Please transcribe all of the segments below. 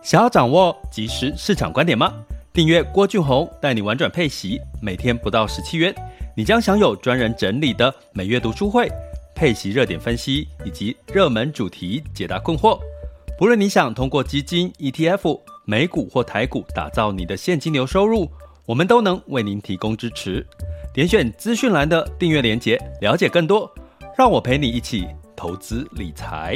想要掌握即时市场观点吗？订阅郭俊宏带你玩转配息，每天不到17元，你将享有专人整理的每月读书会、配息热点分析以及热门主题解答困惑。不论你想通过基金、ETF、美股或台股打造你的现金流收入，我们都能为您提供支持。点选资讯栏的订阅连结，了解更多。让我陪你一起投资理财。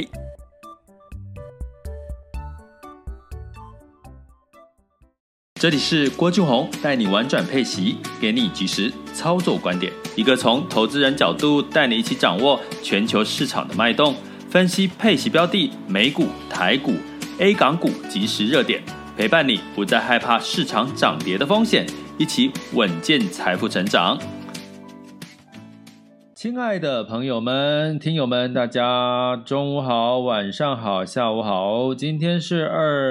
这里是郭俊宏带你玩转配息，给你即时操作观点，一个从投资人角度带你一起掌握全球市场的脉动，分析配息标的、美股、台股、A 港股即时热点，陪伴你不再害怕市场涨跌的风险，一起稳健财富成长。亲爱的朋友们、听友们，大家中午好、晚上好、下午好。今天是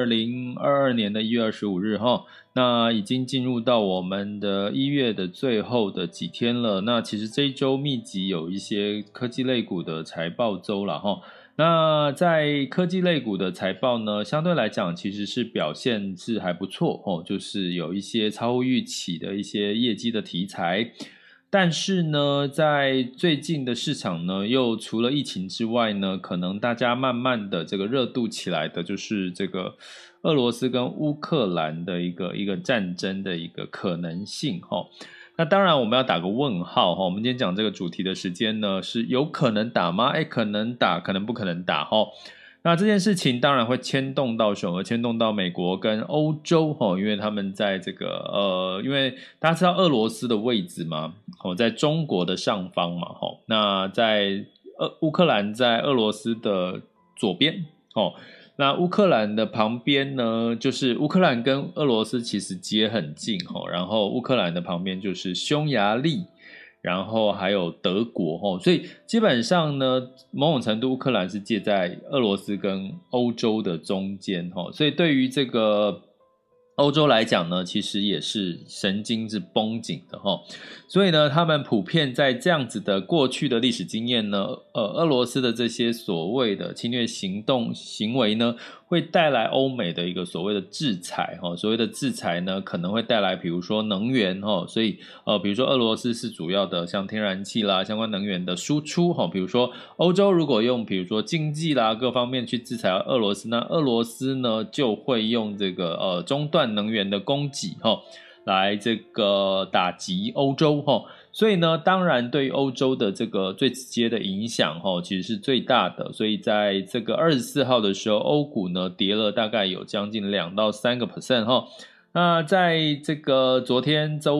2022年的1月25日哈，那已经进入到我们的1月的最后的几天了。那其实这一周密集有一些科技类股的财报周了哈。那在科技类股的财报呢，相对来讲其实是表现是还不错哦，就是有一些超乎预期的一些业绩的题材。但是呢，在最近的市场呢，又除了疫情之外呢，可能大家慢慢的这个热度起来的，就是这个俄罗斯跟乌克兰的一个战争的一个可能性哈。那当然我们要打个问号哈。我们今天讲这个主题的时间呢，是有可能打吗？可能打，可能不可能打哈。那这件事情当然会牵动到什么？牵动到美国跟欧洲因为他们在这个因为大家知道俄罗斯的位置嘛，在中国的上方嘛，那在乌克兰在俄罗斯的左边那乌克兰的旁边呢，就是乌克兰跟俄罗斯其实接很近然后乌克兰的旁边就是匈牙利，然后还有德国所以基本上呢，某种程度乌克兰是介在俄罗斯跟欧洲的中间所以对于这个欧洲来讲呢，其实也是神经是绷紧的所以呢，他们普遍在这样子的过去的历史经验呢，俄罗斯的这些所谓的侵略行为呢，会带来欧美的一个所谓的制裁所谓的制裁呢，可能会带来比如说能源所以比如说俄罗斯是主要的像天然气啦相关能源的输出比如说欧洲如果用比如说经济啦各方面去制裁俄罗斯，那俄罗斯呢就会用这个中断能源的供给来这个打击欧洲所以呢，当然对于欧洲的这个最直接的影响其实是最大的。所以在这个24号的时候，欧股呢跌了大概有将近2到3%那在这个昨天的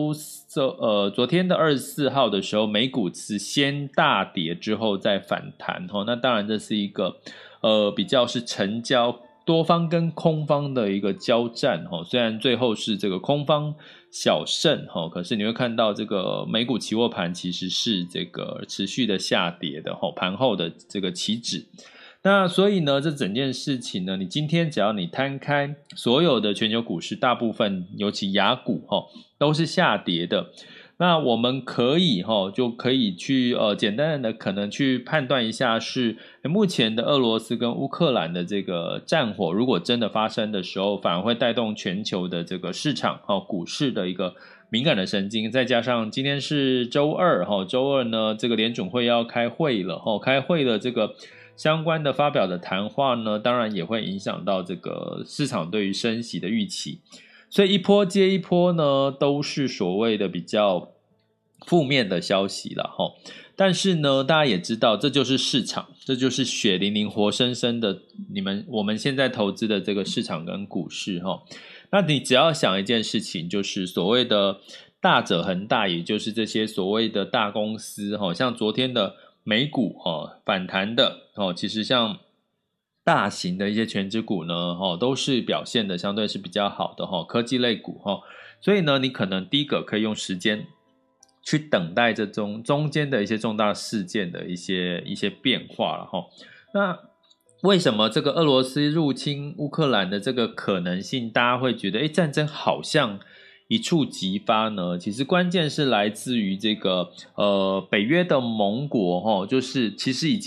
24号的时候，美股是先大跌之后再反弹那当然这是一个比较是成交多方跟空方的一个交战虽然最后是这个空方小胜可是你会看到这个美股期货盘其实是这个持续的下跌的盘后的这个期指。那所以呢，这整件事情呢，你今天只要你摊开所有的全球股市，大部分尤其亚股都是下跌的。那我们可以就可以去简单的可能去判断一下是目前的俄罗斯跟乌克兰的这个战火如果真的发生的时候，反而会带动全球的这个市场股市的一个敏感的神经。再加上今天是周二呢，这个联准会要开会了开会了这个相关的发表的谈话呢，当然也会影响到这个市场对于升息的预期。所以一波接一波呢，都是所谓的比较负面的消息啦但是呢，大家也知道这就是市场，这就是血淋淋活生生的我们现在投资的这个市场跟股市那你只要想一件事情，就是所谓的大者恒大，也就是这些所谓的大公司像昨天的美股反弹的其实像大型的一些权值股呢都是表现的相对是比较好的科技类股所以呢，你可能第一个可以用时间去等待这中间的一些重大事件的一些变化了那为什么这个俄罗斯入侵乌克兰的这个可能性大家会觉得战争好像一触即发呢？其实关键是来自于这个北约的盟国就是其实已经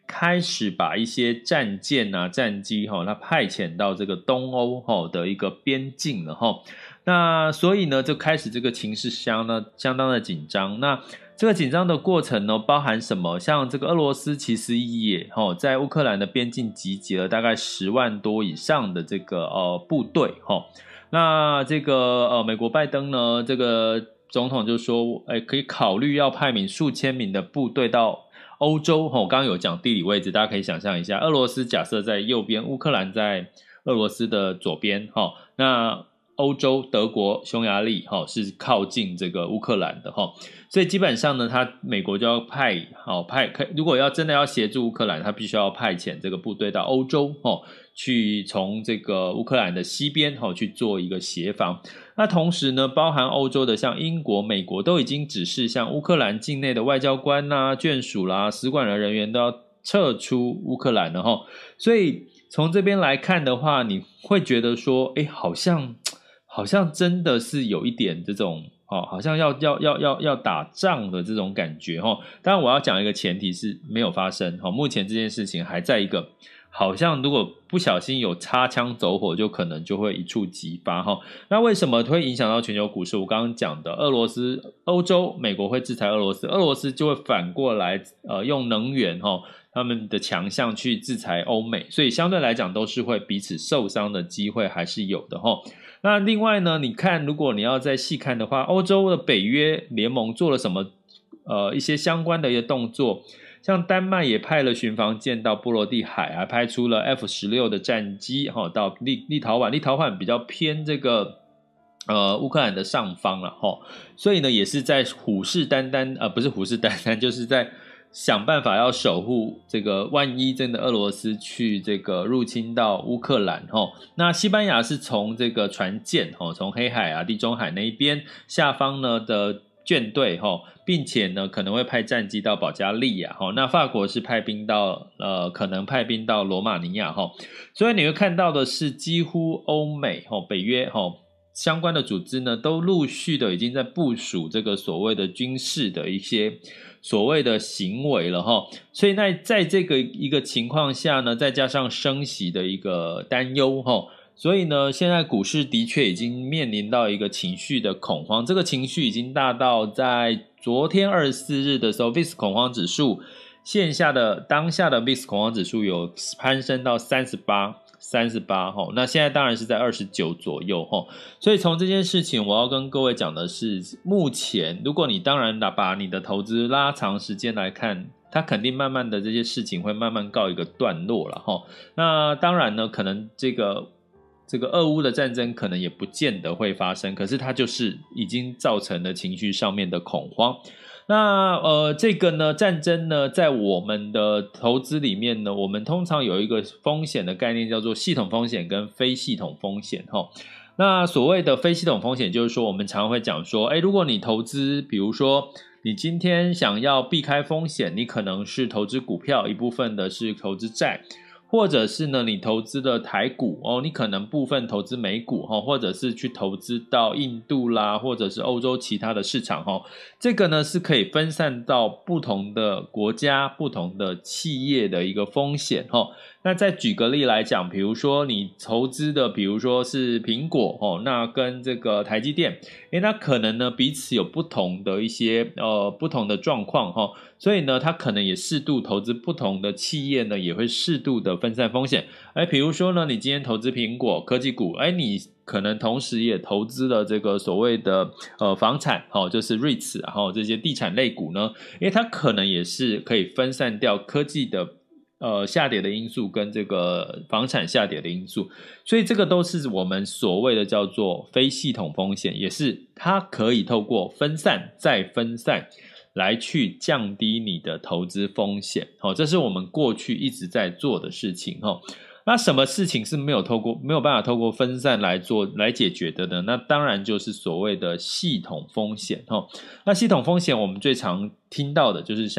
开始把一些战舰啊、战机它派遣到这个东欧的一个边境了那所以呢，就开始这个情势相当的紧张。那这个紧张的过程呢，包含什么？像这个俄罗斯其实也在乌克兰的边境集结了大概10万多以上的这个部队那这个美国拜登呢，这个总统就说，可以考虑要派数千名的部队到欧洲我刚刚有讲地理位置，大家可以想象一下，俄罗斯假设在右边，乌克兰在俄罗斯的左边那欧洲德国匈牙利是靠近这个乌克兰的所以基本上呢，美国就要派如果真的要协助乌克兰，他必须要派遣这个部队到欧洲去从这个乌克兰的西边去做一个协防。那同时呢，包含欧洲的像英国、美国都已经指示像乌克兰境内的外交官啦、眷属啦、使馆的人员都要撤出乌克兰了所以从这边来看的话，你会觉得说好像真的是有一点这种好像要打仗的这种感觉当然我要讲一个前提是没有发生目前这件事情还在一个好像如果不小心有擦枪走火，就可能就会一触即发那为什么会影响到全球股市？我刚刚讲的俄罗斯、欧洲、美国会制裁俄罗斯，俄罗斯就会反过来用能源他们的强项去制裁欧美，所以相对来讲都是会彼此受伤的机会还是有的那另外呢，你看如果你要再细看的话，欧洲的北约联盟做了什么一些相关的一些动作，像丹麦也派了巡防舰到波罗的海，还派出了 F-16 的战机到立陶宛，立陶宛比较偏这个乌克兰的上方了所以呢也是在虎视眈眈不是虎视眈眈，就是在想办法要守护这个万一真的俄罗斯去这个入侵到乌克兰那西班牙是从这个船舰从黑海啊地中海那一边下方呢的舰队并且呢可能会派战机到保加利亚那法国是派兵到可能派兵到罗马尼亚所以你会看到的是几乎欧美北约相关的组织呢都陆续的已经在部署这个所谓的军事的一些所谓的行为了所以在这个一个情况下呢，再加上升息的一个担忧所以呢现在股市的确已经面临到一个情绪的恐慌，这个情绪已经大到在昨天24日的时候 VIX 恐慌指数当下的 VIX 恐慌指数有攀升到38那现在当然是在29左右所以从这件事情我要跟各位讲的是，目前如果你当然把你的投资拉长时间来看，它肯定慢慢的这些事情会慢慢告一个段落了那当然呢可能这个俄乌的战争可能也不见得会发生，可是它就是已经造成了情绪上面的恐慌。那这个呢战争呢在我们的投资里面呢，我们通常有一个风险的概念叫做系统风险跟非系统风险那所谓的非系统风险就是说，我们常会讲说如果你投资，比如说你今天想要避开风险，你可能是投资股票，一部分的是投资债，或者是呢你投资的台股你可能部分投资美股或者是去投资到印度啦，或者是欧洲其他的市场这个呢是可以分散到不同的国家、不同的企业的一个风险那再举个例来讲，比如说你投资的比如说是苹果那跟这个台积电那可能呢彼此有不同的一些不同的状况所以呢它可能也适度投资不同的企业呢，也会适度的分散风险比如说呢你今天投资苹果科技股你可能同时也投资了这个所谓的房产就是 REITs 然后这些地产类股呢它可能也是可以分散掉科技的下跌的因素跟这个房产下跌的因素，所以这个都是我们所谓的叫做非系统风险，也是它可以透过分散再分散来去降低你的投资风险这是我们过去一直在做的事情那什么事情是没有办法透过分散来解决的呢？那当然就是所谓的系统风险那系统风险我们最常听到的就是像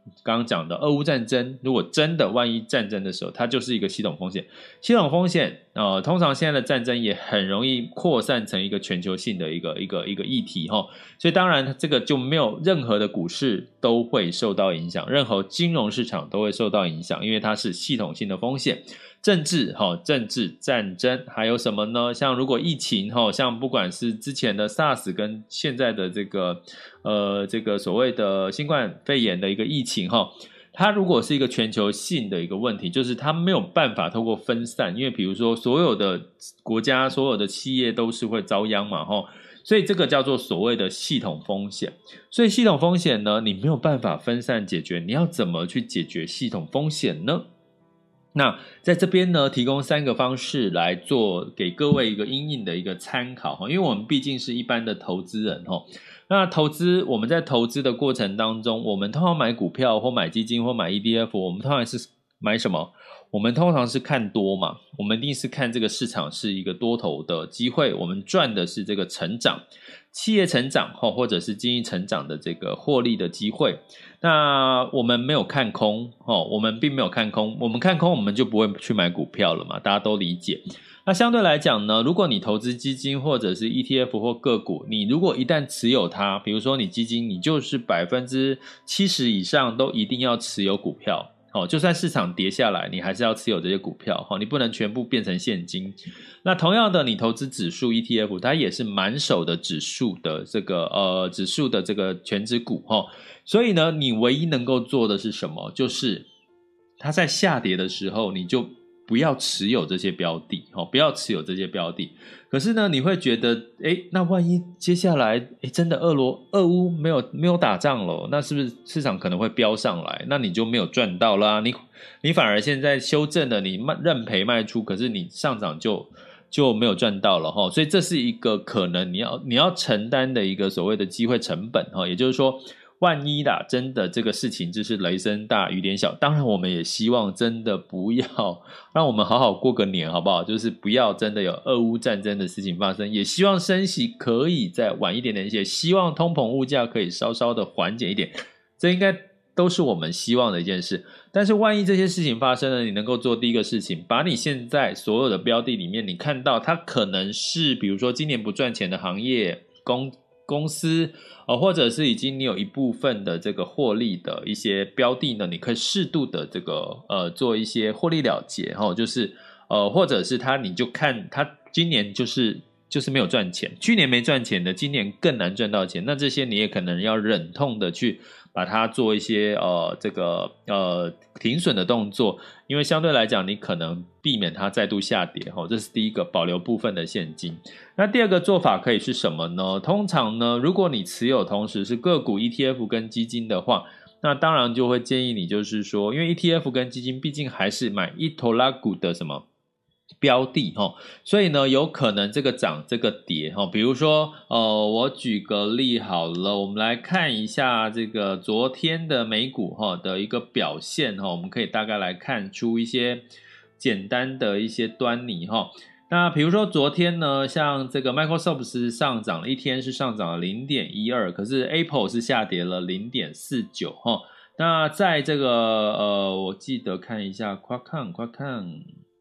刚刚讲的俄乌战争，如果真的万一战争的时候，它就是一个系统风险。系统风险通常现在的战争也很容易扩散成一个全球性的一个议题所以当然这个就没有任何的股市都会受到影响，任何金融市场都会受到影响，因为它是系统性的风险。政治战争还有什么呢？像如果疫情像不管是之前的 SARS 跟现在的这个所谓的新冠肺炎的一个疫情它如果是一个全球性的一个问题，就是它没有办法透过分散，因为比如说所有的国家所有的企业都是会遭殃嘛所以这个叫做所谓的系统风险。所以系统风险呢，你没有办法分散解决，你要怎么去解决系统风险呢？那在这边呢，提供3个方式来做给各位一个因应的一个参考因为我们毕竟是一般的投资人那我们在投资的过程当中，我们通常买股票或买基金或买 ETF， 我们通常是买什么？我们通常是看多嘛，我们一定是看这个市场是一个多头的机会，我们赚的是这个成长，企业成长或者是经济成长的这个获利的机会。那我们没有看空我们并没有看空，我们看空我们就不会去买股票了嘛，大家都理解。那相对来讲呢，如果你投资基金或者是 ETF 或个股，你如果一旦持有它，比如说你基金，你就是 70% 以上都一定要持有股票就算市场跌下来，你还是要持有这些股票你不能全部变成现金。那同样的，你投资指数 ETF， 它也是满手的指数的这个全指股所以呢，你唯一能够做的是什么？就是它在下跌的时候，你就不要持有这些标的不要持有这些标的。可是呢，你会觉得那万一接下来真的俄乌没有打仗了，那是不是市场可能会飙上来？那你就没有赚到啦，你反而现在修正了，你认赔卖出，可是你上涨就没有赚到了所以这是一个可能你要承担的一个所谓的机会成本也就是说，万一真的这个事情就是雷声大雨点小，当然我们也希望真的不要让我们好好过个年好不好，就是不要真的有俄乌战争的事情发生，也希望升息可以再晚一点点，也希望通膨物价可以稍稍的缓解一点，这应该都是我们希望的一件事。但是万一这些事情发生了，你能够做第一个事情，把你现在所有的标的里面，你看到它可能是比如说今年不赚钱的行业公司或者是已经你有一部分的这个获利的一些标的呢，你可以适度的这个做一些获利了结就是或者是你就看它今年就是没有赚钱，去年没赚钱的，今年更难赚到钱，那这些你也可能要忍痛的去把它做一些停损的动作，因为相对来讲你可能避免它再度下跌这是第一个，保留部分的现金。那第二个做法可以是什么呢？通常呢，如果你持有同时是个股 ETF 跟基金的话，那当然就会建议你就是说，因为 ETF 跟基金毕竟还是买一头拉股的什么标的所以呢有可能这个涨这个跌比如说我举个例好了，我们来看一下这个昨天的美股的一个表现我们可以大概来看出一些简单的一些端倪那比如说昨天呢，像这个 Microsoft 是上涨了，一天是上涨了 0.12， 可是 Apple 是下跌了 0.49 那在这个我记得看一下Qualcomm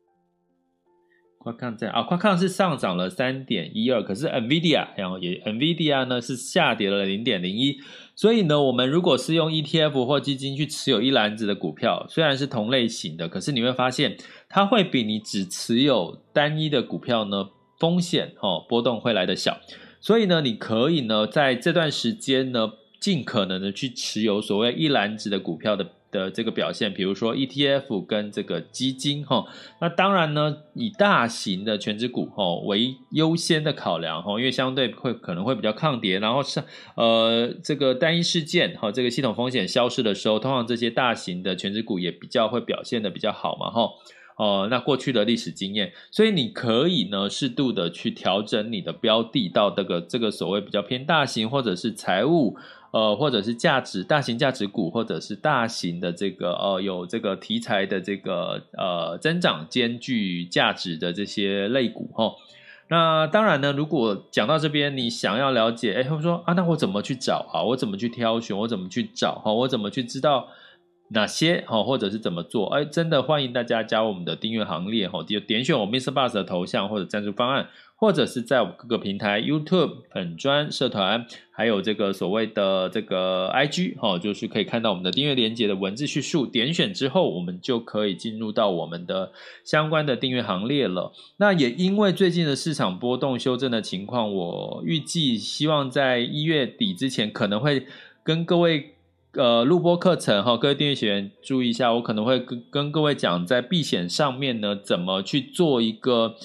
在Qualcomm 是上涨了 3.12， 可是 Nvidia 呢是下跌了 0.01， 所以呢我们如果是用 ETF 或基金去持有一篮子的股票，虽然是同类型的，可是你会发现它会比你只持有单一的股票呢风险波动会来得小，所以呢你可以呢在这段时间呢尽可能的去持有所谓一篮子的股票的这个表现，比如说 ETF 跟这个基金那当然呢以大型的全指股为优先的考量因为相对可能会比较抗跌，然后这个单一事件这个系统风险消失的时候，通常这些大型的全指股也比较会表现的比较好嘛那过去的历史经验，所以你可以呢适度的去调整你的标的到这个所谓比较偏大型或者是财务或者是大型价值股，或者是大型的这个有这个题材的这个增长兼具价值的这些类股那当然呢，如果讲到这边你想要了解会说那我怎么去找我怎么去挑选，我怎么去找我怎么去知道哪些或者是怎么做，真的欢迎大家加入我们的订阅行列，就点选我 MrBoss 的头像或者赞助方案，或者是在我们各个平台 YouTube 粉专社团，还有这个所谓的这个 IG，就是可以看到我们的订阅连结的文字叙述，点选之后我们就可以进入到我们的相关的订阅行列了。那也因为最近的市场波动修正的情况，我预计希望在1月底之前可能会跟各位录播课程各位订阅学员注意一下，我可能会跟各位讲在避险上面呢怎么去做一个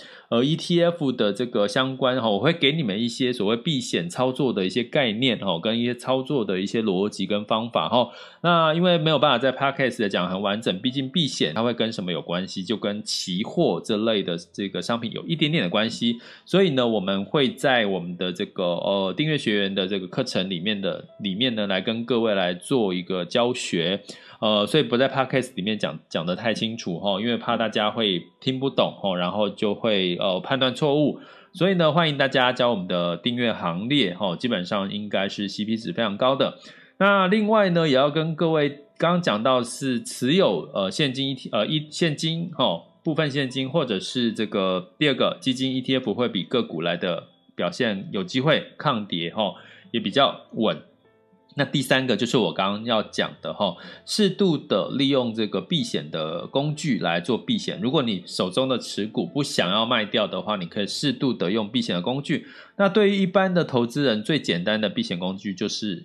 ETF 的这个相关我会给你们一些所谓避险操作的一些概念跟一些操作的一些逻辑跟方法那因为没有办法在 Podcast 讲很完整，毕竟避险它会跟什么有关系，就跟期货这类的这个商品有一点点的关系，所以呢我们会在我们的这个订阅学员的这个课程里面呢来跟各位来做一个教学所以不在 Podcast 里面讲得太清楚因为怕大家会听不懂然后就会判断错误，所以呢欢迎大家加入我们的订阅行列基本上应该是 CP 值非常高的。那另外呢也要跟各位刚刚讲到是持有现金现金部分现金或者是这个第二个基金 ETF 会比个股来的表现有机会抗跌也比较稳。那第三个就是我刚刚要讲的适度的利用这个避险的工具来做避险，如果你手中的持股不想要卖掉的话，你可以适度的用避险的工具。那对于一般的投资人，最简单的避险工具就是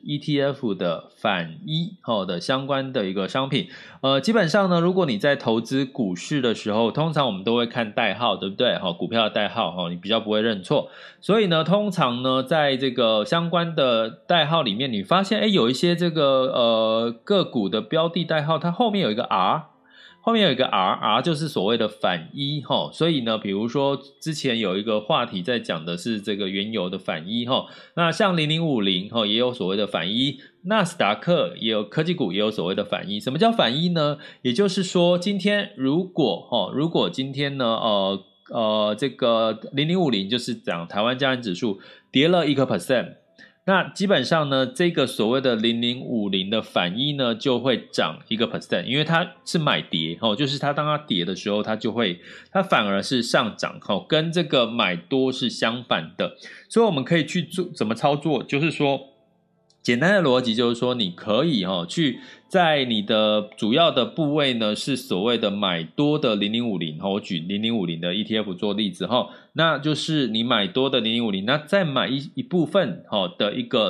ETF 的反一的相关的一个商品基本上呢，如果你在投资股市的时候，通常我们都会看代号，对不对股票的代号你比较不会认错，所以呢通常呢在这个相关的代号里面，你发现有一些这个个股的标的代号它后面有一个 R， 后面有一个 R 就是所谓的反一所以呢比如说之前有一个话题在讲的是这个原油的反一那像0050也有所谓的反一，纳斯达克也有科技股也有所谓的反一。什么叫反一呢？也就是说今天如果今天呢这个0050就是讲台湾加权指数跌了1%，那基本上呢这个所谓的0050的反一呢就会涨1%，因为它是买跌就是它当它跌的时候它反而是上涨跟这个买多是相反的。所以我们可以去做怎么操作，就是说简单的逻辑就是说，你可以去在你的主要的部位呢是所谓的买多的0050我举0050的 ETF 做例子那就是你买多的0050，那再买一部分的一个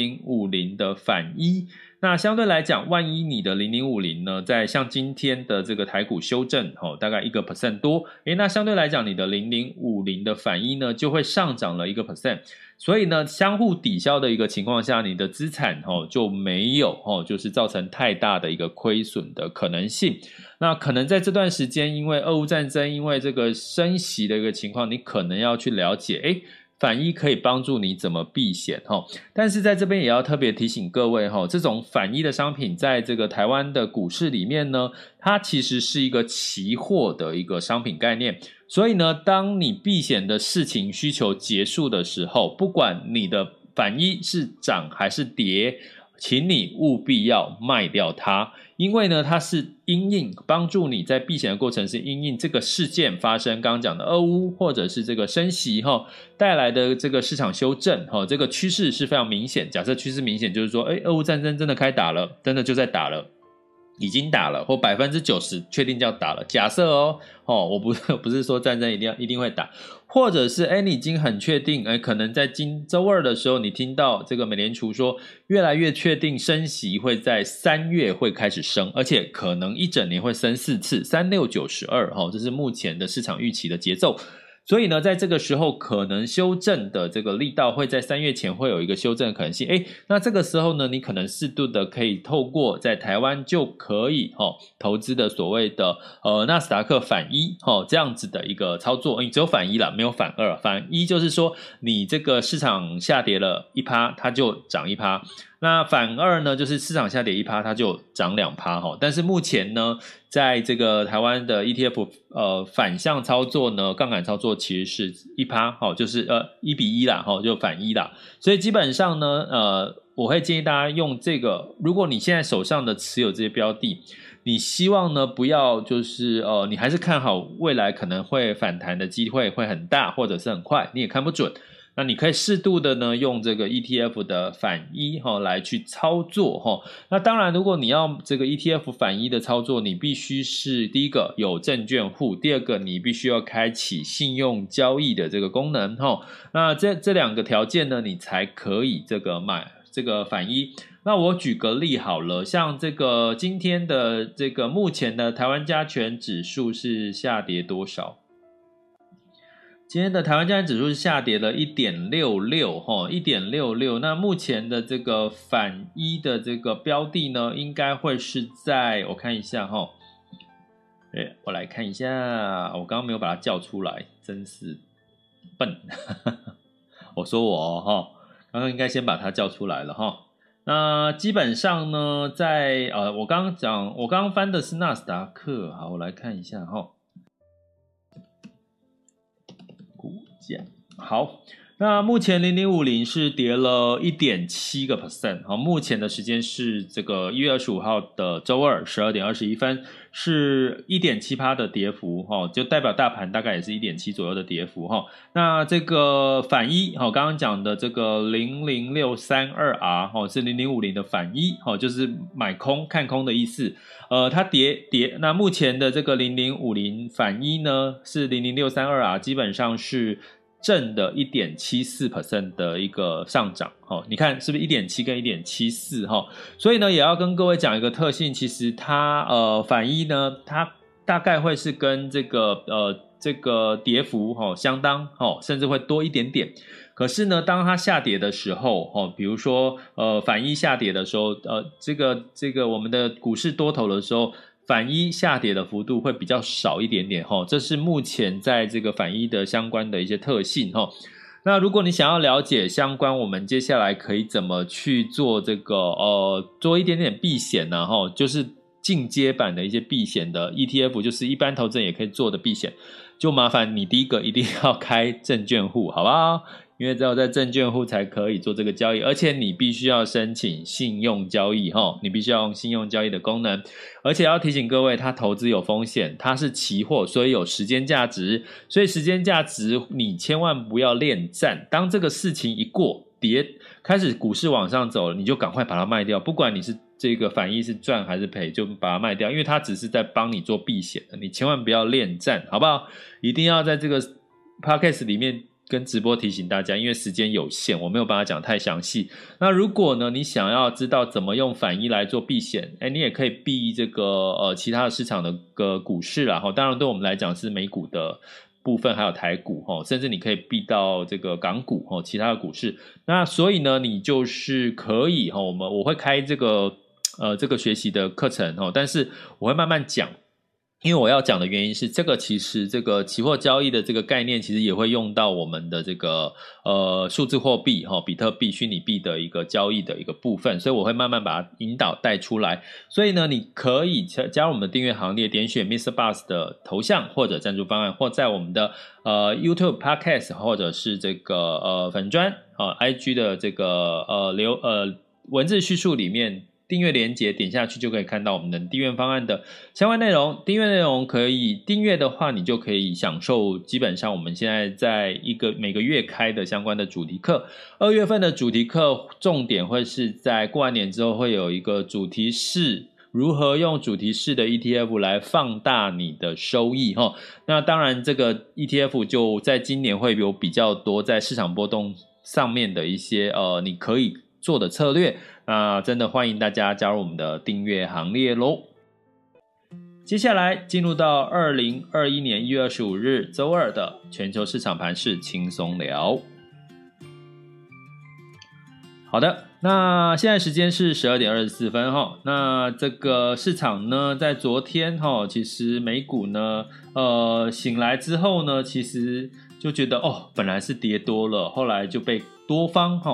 0050的反一。那相对来讲，万一你的0050呢在像今天的这个台股修正大概1% 多那相对来讲你的0050的反一呢就会上涨了1%，所以呢相互抵消的一个情况下，你的资产就没有就是造成太大的一个亏损的可能性。那可能在这段时间因为俄乌战争，因为这个升息的一个情况，你可能要去了解反一可以帮助你怎么避险但是在这边也要特别提醒各位这种反一的商品在这个台湾的股市里面呢，它其实是一个期货的一个商品概念，所以呢当你避险的事情需求结束的时候，不管你的反一是涨还是跌，请你务必要卖掉它，因为呢它是因应帮助你在避险的过程是因应这个事件发生，刚刚讲的俄乌或者是这个升息带来的这个市场修正这个趋势是非常明显。假设趋势明显就是说俄乌战争真的开打了，真的就在打了，已经打了，或 90% 确定就要打了，假设我不是说战争一定会打，或者是你已经很确定可能在周二的时候你听到这个美联储说越来越确定升息会在3月会开始升，而且可能一整年会升4次，3、6、9、12这是目前的市场预期的节奏。所以呢在这个时候可能修正的这个力道会在3月前会有一个修正的可能性那这个时候呢你可能适度的可以透过在台湾就可以投资的所谓的纳斯达克反一这样子的一个操作，你只有反一啦，没有反二。反一就是说你这个市场下跌了 1%， 它就涨 1%，那反二呢就是市场下跌 1%， 它就涨 2%但是目前呢在这个台湾的 ETF 反向操作呢，杠杆操作其实是 1% 就是1:1啦就反一啦，所以基本上呢我会建议大家用这个，如果你现在手上的持有这些标的，你希望呢不要就是你还是看好未来可能会反弹的机会会很大或者是很快，你也看不准，那你可以适度的呢用这个 ETF 的反一来去操作那当然如果你要这个 ETF 反一的操作，你必须是第一个有证券户，第二个你必须要开启信用交易的这个功能那这两个条件呢，你才可以这个买这个反一。那我举个例好了，像这个今天的这个目前的台湾加权指数是下跌多少？今天的台湾加权指数是下跌了 1.66 那目前的这个反一的这个标的呢，应该会是在我看一下我来看一下，我刚刚没有把它叫出来，真是笨我说我刚刚应该先把它叫出来了那基本上呢在我刚刚翻的是纳斯达克，好，我来看一下股价。好，那目前0050是跌了 1.7%， 目前的时间是这个1月25号的周二12点21分，是 1.7% 的跌幅就代表大盘大概也是 1.7 左右的跌幅那这个反一刚刚讲的这个 00632R 是0050的反一就是买空看空的意思它跌，那目前的这个0050反一呢是 00632R 基本上是正的 1.74% 的一个上涨你看是不是 1.7 跟 1.74 所以呢也要跟各位讲一个特性，其实它反一呢它大概会是跟这个跌幅相当甚至会多一点点，可是呢当它下跌的时候比如说反一下跌的时候这个我们的股市多头的时候，反一下跌的幅度会比较少一点点这是目前在这个反一的相关的一些特性那如果你想要了解相关，我们接下来可以怎么去做这个做一点点避险呢就是进阶版的一些避险的 ETF， 就是一般投资人也可以做的避险，就麻烦你第一个一定要开证券户，好不好？因为只有在证券户才可以做这个交易，而且你必须要申请信用交易你必须要用信用交易的功能，而且要提醒各位，它投资有风险，它是期货，所以有时间价值，所以时间价值你千万不要恋战，当这个事情一过开始股市往上走了，你就赶快把它卖掉，不管你是这个反一是赚还是赔，就把它卖掉，因为它只是在帮你做避险的，你千万不要恋战，好不好？一定要在这个 podcast 里面跟直播提醒大家，因为时间有限，我没有办法讲太详细。那如果呢，你想要知道怎么用反一来做避险，你也可以避这个其他的市场的股市啦当然对我们来讲是美股的部分，还有台股甚至你可以避到这个港股其他的股市。那所以呢，你就是可以我会开这个学习的课程但是我会慢慢讲。因为我要讲的原因是，其实这个期货交易的这个概念，其实也会用到我们的这个数字货币比特币、虚拟币的一个交易的一个部分，所以我会慢慢把它引导带出来。所以呢，你可以加入我们的订阅行列，点选 Mr. Bus 的头像或者赞助方案，或在我们的YouTube Podcast 或者是这个粉专IG 的这个文字叙述里面。订阅连结点下去就可以看到我们的订阅方案的相关内容。订阅内容可以订阅的话，你就可以享受基本上我们现在在每个月开的相关的主题课。2月份的主题课重点会是在过完年之后会有一个主题是如何用主题式的 ETF 来放大你的收益那当然这个 ETF 就在今年会有比较多在市场波动上面的一些你可以做的策略，那真的欢迎大家加入我们的订阅行列咯。接下来进入到2021年1月25日周二的全球市场盘势轻松聊。好的，那现在时间是12点24分那这个市场呢在昨天其实美股呢醒来之后呢，其实就觉得本来是跌多了，后来就被多方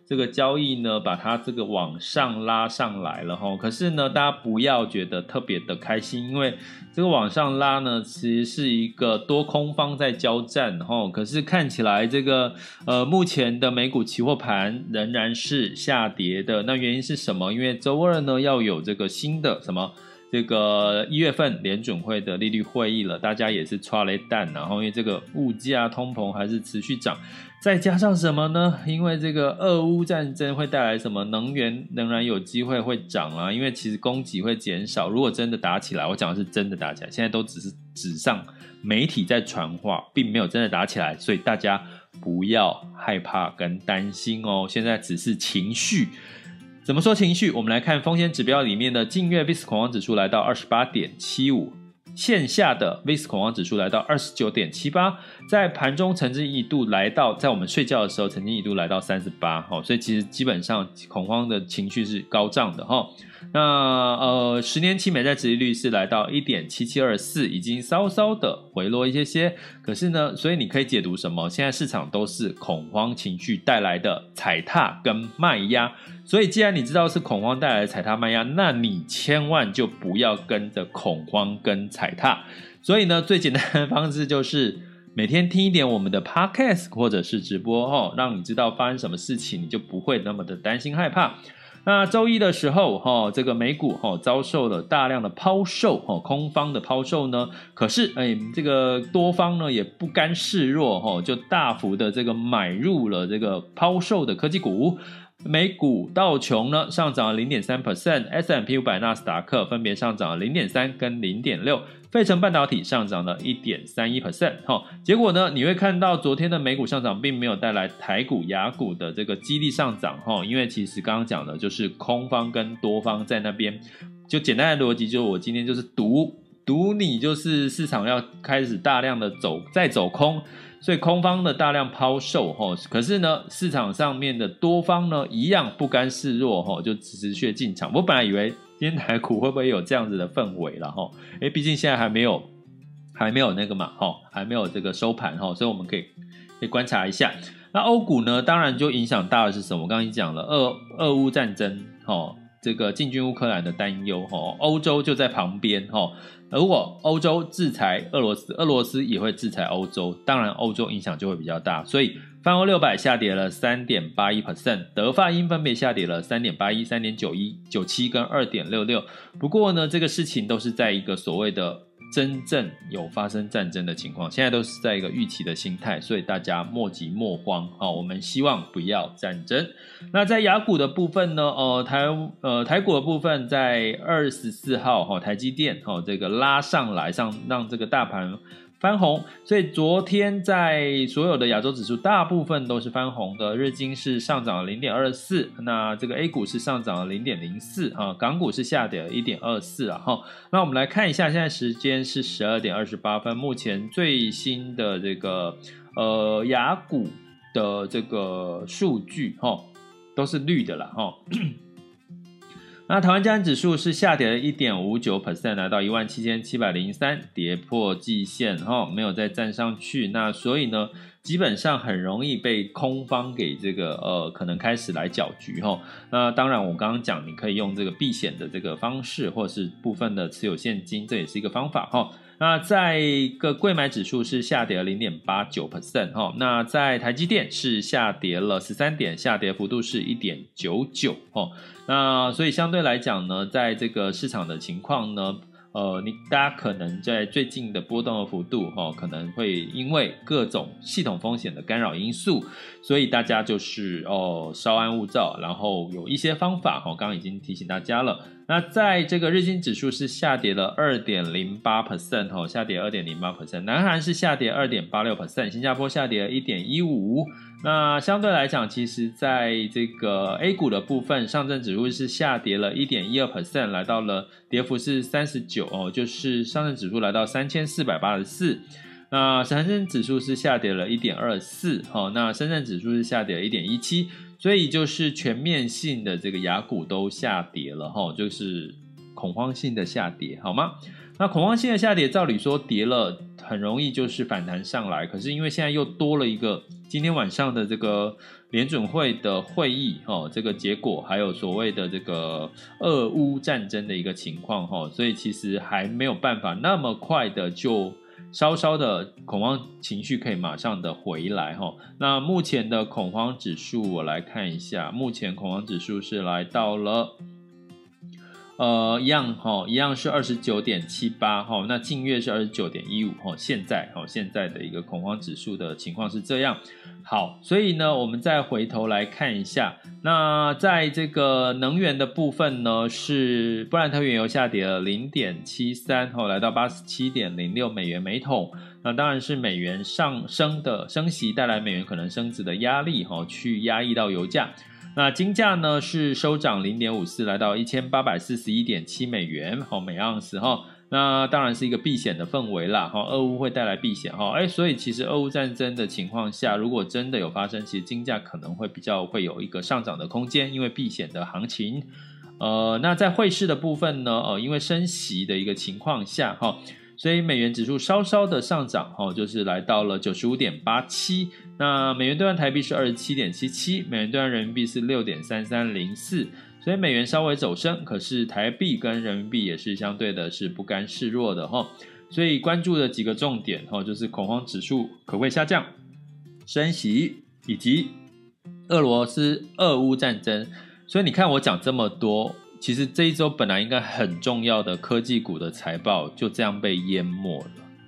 这个交易呢把它这个往上拉上来了齁，可是呢大家不要觉得特别的开心，因为这个往上拉呢其实是一个多空方在交战齁，可是看起来这个目前的美股期货盘仍然是下跌的，那原因是什么？因为周二呢要有这个新的什么这个1月份联准会的利率会议了，大家也是抓了一弹，然后因为这个物价通膨还是持续涨，再加上什么呢？因为这个俄乌战争会带来什么？能源仍然有机会会涨啊，因为其实供给会减少，如果真的打起来，我讲的是真的打起来，现在都只是纸上媒体在传话，并没有真的打起来，所以大家不要害怕跟担心哦，现在只是情绪。怎么说情绪？我们来看风险指标里面的近月 VIX 恐慌指数来到 28.75， 线下的 VIX 恐慌指数来到 29.78， 在盘中曾经一度来到，在我们睡觉的时候曾经一度来到38，所以其实基本上恐慌的情绪是高涨的。那10年期美债殖利率是来到 1.7724， 已经稍稍的回落一些，可是呢，所以你可以解读什么？现在市场都是恐慌情绪带来的踩踏跟卖压，所以既然你知道是恐慌带来的踩踏卖压，那你千万就不要跟着恐慌跟踩踏。所以呢，最简单的方式就是每天听一点我们的 podcast 或者是直播，让你知道发生什么事情，你就不会那么的担心害怕。那周一的时候，这个美股遭受了大量的抛售，空方的抛售呢，可是这个多方呢也不甘示弱，就大幅的这个买入了这个抛售的科技股。美股道琼呢上涨了 0.3%， S&P 500纳斯达克分别上涨了 0.3 跟 0.6， 费城半导体上涨了 1.31%。 结果呢你会看到昨天的美股上涨并没有带来台股亚股的这个激励上涨，因为其实刚刚讲的就是空方跟多方在那边，就简单的逻辑就是我今天就是赌你就是市场要开始大量的再走空，所以空方的大量抛售，可是呢市场上面的多方呢一样不甘示弱，就持续进场。我本来以为今天台股会不会有这样子的氛围啦，毕竟现在还没有那个嘛，还没有这个收盘，所以我们可以观察一下。那欧股呢当然就影响大的是什么？我刚刚已经讲了俄乌战争，这个进军乌克兰的担忧，欧洲就在旁边，如果欧洲制裁俄罗斯，俄罗斯也会制裁欧洲，当然欧洲影响就会比较大，所以泛欧600下跌了 3.81%， 德法英分别下跌了 3.81、3.91、97跟 2.66。 不过呢这个事情都是在一个所谓的真正有发生战争的情况，现在都是在一个预期的心态，所以大家莫急莫慌，我们希望不要战争。那在亚股的部分呢，台股的部分在24号台积电这个拉上来让这个大盘翻红，所以昨天在所有的亚洲指数大部分都是翻红的，日经是上涨了 0.24， 那这个 A 股是上涨了 0.04， 港股是下跌了 1.24。 那我们来看一下，现在时间是12点28分，目前最新的这个亚股的这个数据都是绿的啦。那台湾加权指数是下跌了 1.59%， 来到 17,703， 跌破季线，没有再站上去。那所以呢基本上很容易被空方给这个可能开始来搅局。那当然我刚刚讲你可以用这个避险的这个方式，或是部分的持有现金，这也是一个方法。那在个柜买指数是下跌了 0.89%， 那在台积电是下跌了13点，下跌幅度是 1.99%。那所以相对来讲呢，在这个市场的情况呢，大家可能在最近的波动的幅度可能会因为各种系统风险的干扰因素，所以大家就是稍安勿躁，然后有一些方法刚刚已经提醒大家了。那在这个日经指数是下跌了 2.08%， 下跌 2.08%， 南韩是下跌 2.86%， 新加坡下跌了 1.15%。那相对来讲，其实在这个 A 股的部分，上证指数是下跌了 1.12%， 来到了跌幅是39，就是上证指数来到 3484。那恒生指数是下跌了 1.24， 那深圳指数是下跌了 1.17， 所以就是全面性的这个亚股都下跌了，就是恐慌性的下跌，好吗？ 那恐慌性的下跌，照理说跌了很容易就是反弹上来，可是因为现在又多了一个今天晚上的这个联准会的会议这个结果，还有所谓的这个俄乌战争的一个情况所以其实还没有办法那么快的就稍稍的恐慌情绪可以马上的回来那目前的恐慌指数我来看一下，目前恐慌指数是来到了一样是 29.78 那近月是 29.15 现在的一个恐慌指数的情况是这样。好，所以呢我们再回头来看一下，那在这个能源的部分呢，是布兰特原油下跌了 0.73 来到 87.06 美元每桶，那当然是美元上升的升息带来美元可能升值的压力去压抑到油价。那金价呢是收涨 0.54 来到 1841.7 美元每盎司那当然是一个避险的氛围啦俄乌会带来避险所以其实俄乌战争的情况下，如果真的有发生，其实金价可能会会有一个上涨的空间，因为避险的行情。那在汇市的部分呢因为升息的一个情况下所以美元指数稍稍的上涨就是来到了 95.87， 那美元兑换台币是 27.77， 美元兑换人民币是 6.3304， 所以美元稍微走升，可是台币跟人民币也是相对的是不甘示弱的所以关注的几个重点就是恐慌指数可不可以下降，升息以及俄乌战争。所以你看我讲这么多，其实这一周本来应该很重要的科技股的财报就这样被淹没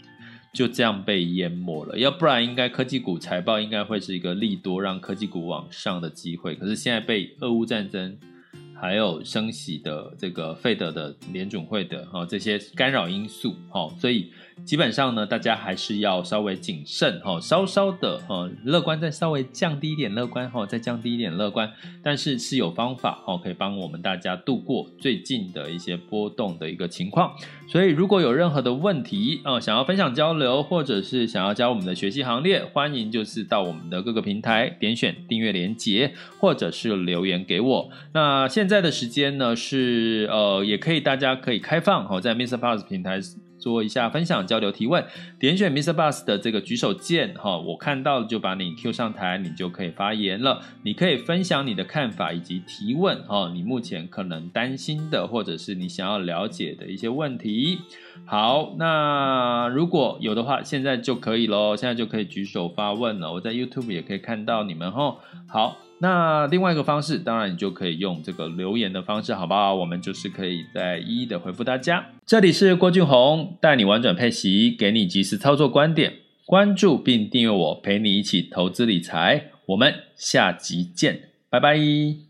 了，要不然应该科技股财报应该会是一个利多让科技股往上的机会，可是现在被俄乌战争还有升息的这个Fed的联准会的这些干扰因素所以基本上呢大家还是要稍微谨慎稍稍的乐观再稍微降低一点乐观再降低一点乐观，但是是有方法可以帮我们大家度过最近的一些波动的一个情况。所以如果有任何的问题想要分享交流，或者是想要加入我们的学习行列，欢迎就是到我们的各个平台点选订阅连结，或者是留言给我。那现在的时间呢是也可以大家可以开放在 MrBoss 平台做一下分享交流提问，点选 MrBoss 的这个举手键我看到就把你 Q 上台，你就可以发言了。你可以分享你的看法以及提问你目前可能担心的或者是你想要了解的一些问题。好，那如果有的话现在就可以咯，现在就可以举手发问了，我在 YouTube 也可以看到你们好，那另外一个方式当然你就可以用这个留言的方式，好不好？我们就是可以再一一的回复大家。这里是郭俊宏，带你玩转配息，给你及时操作观点，关注并订阅我，陪你一起投资理财，我们下集见，拜拜。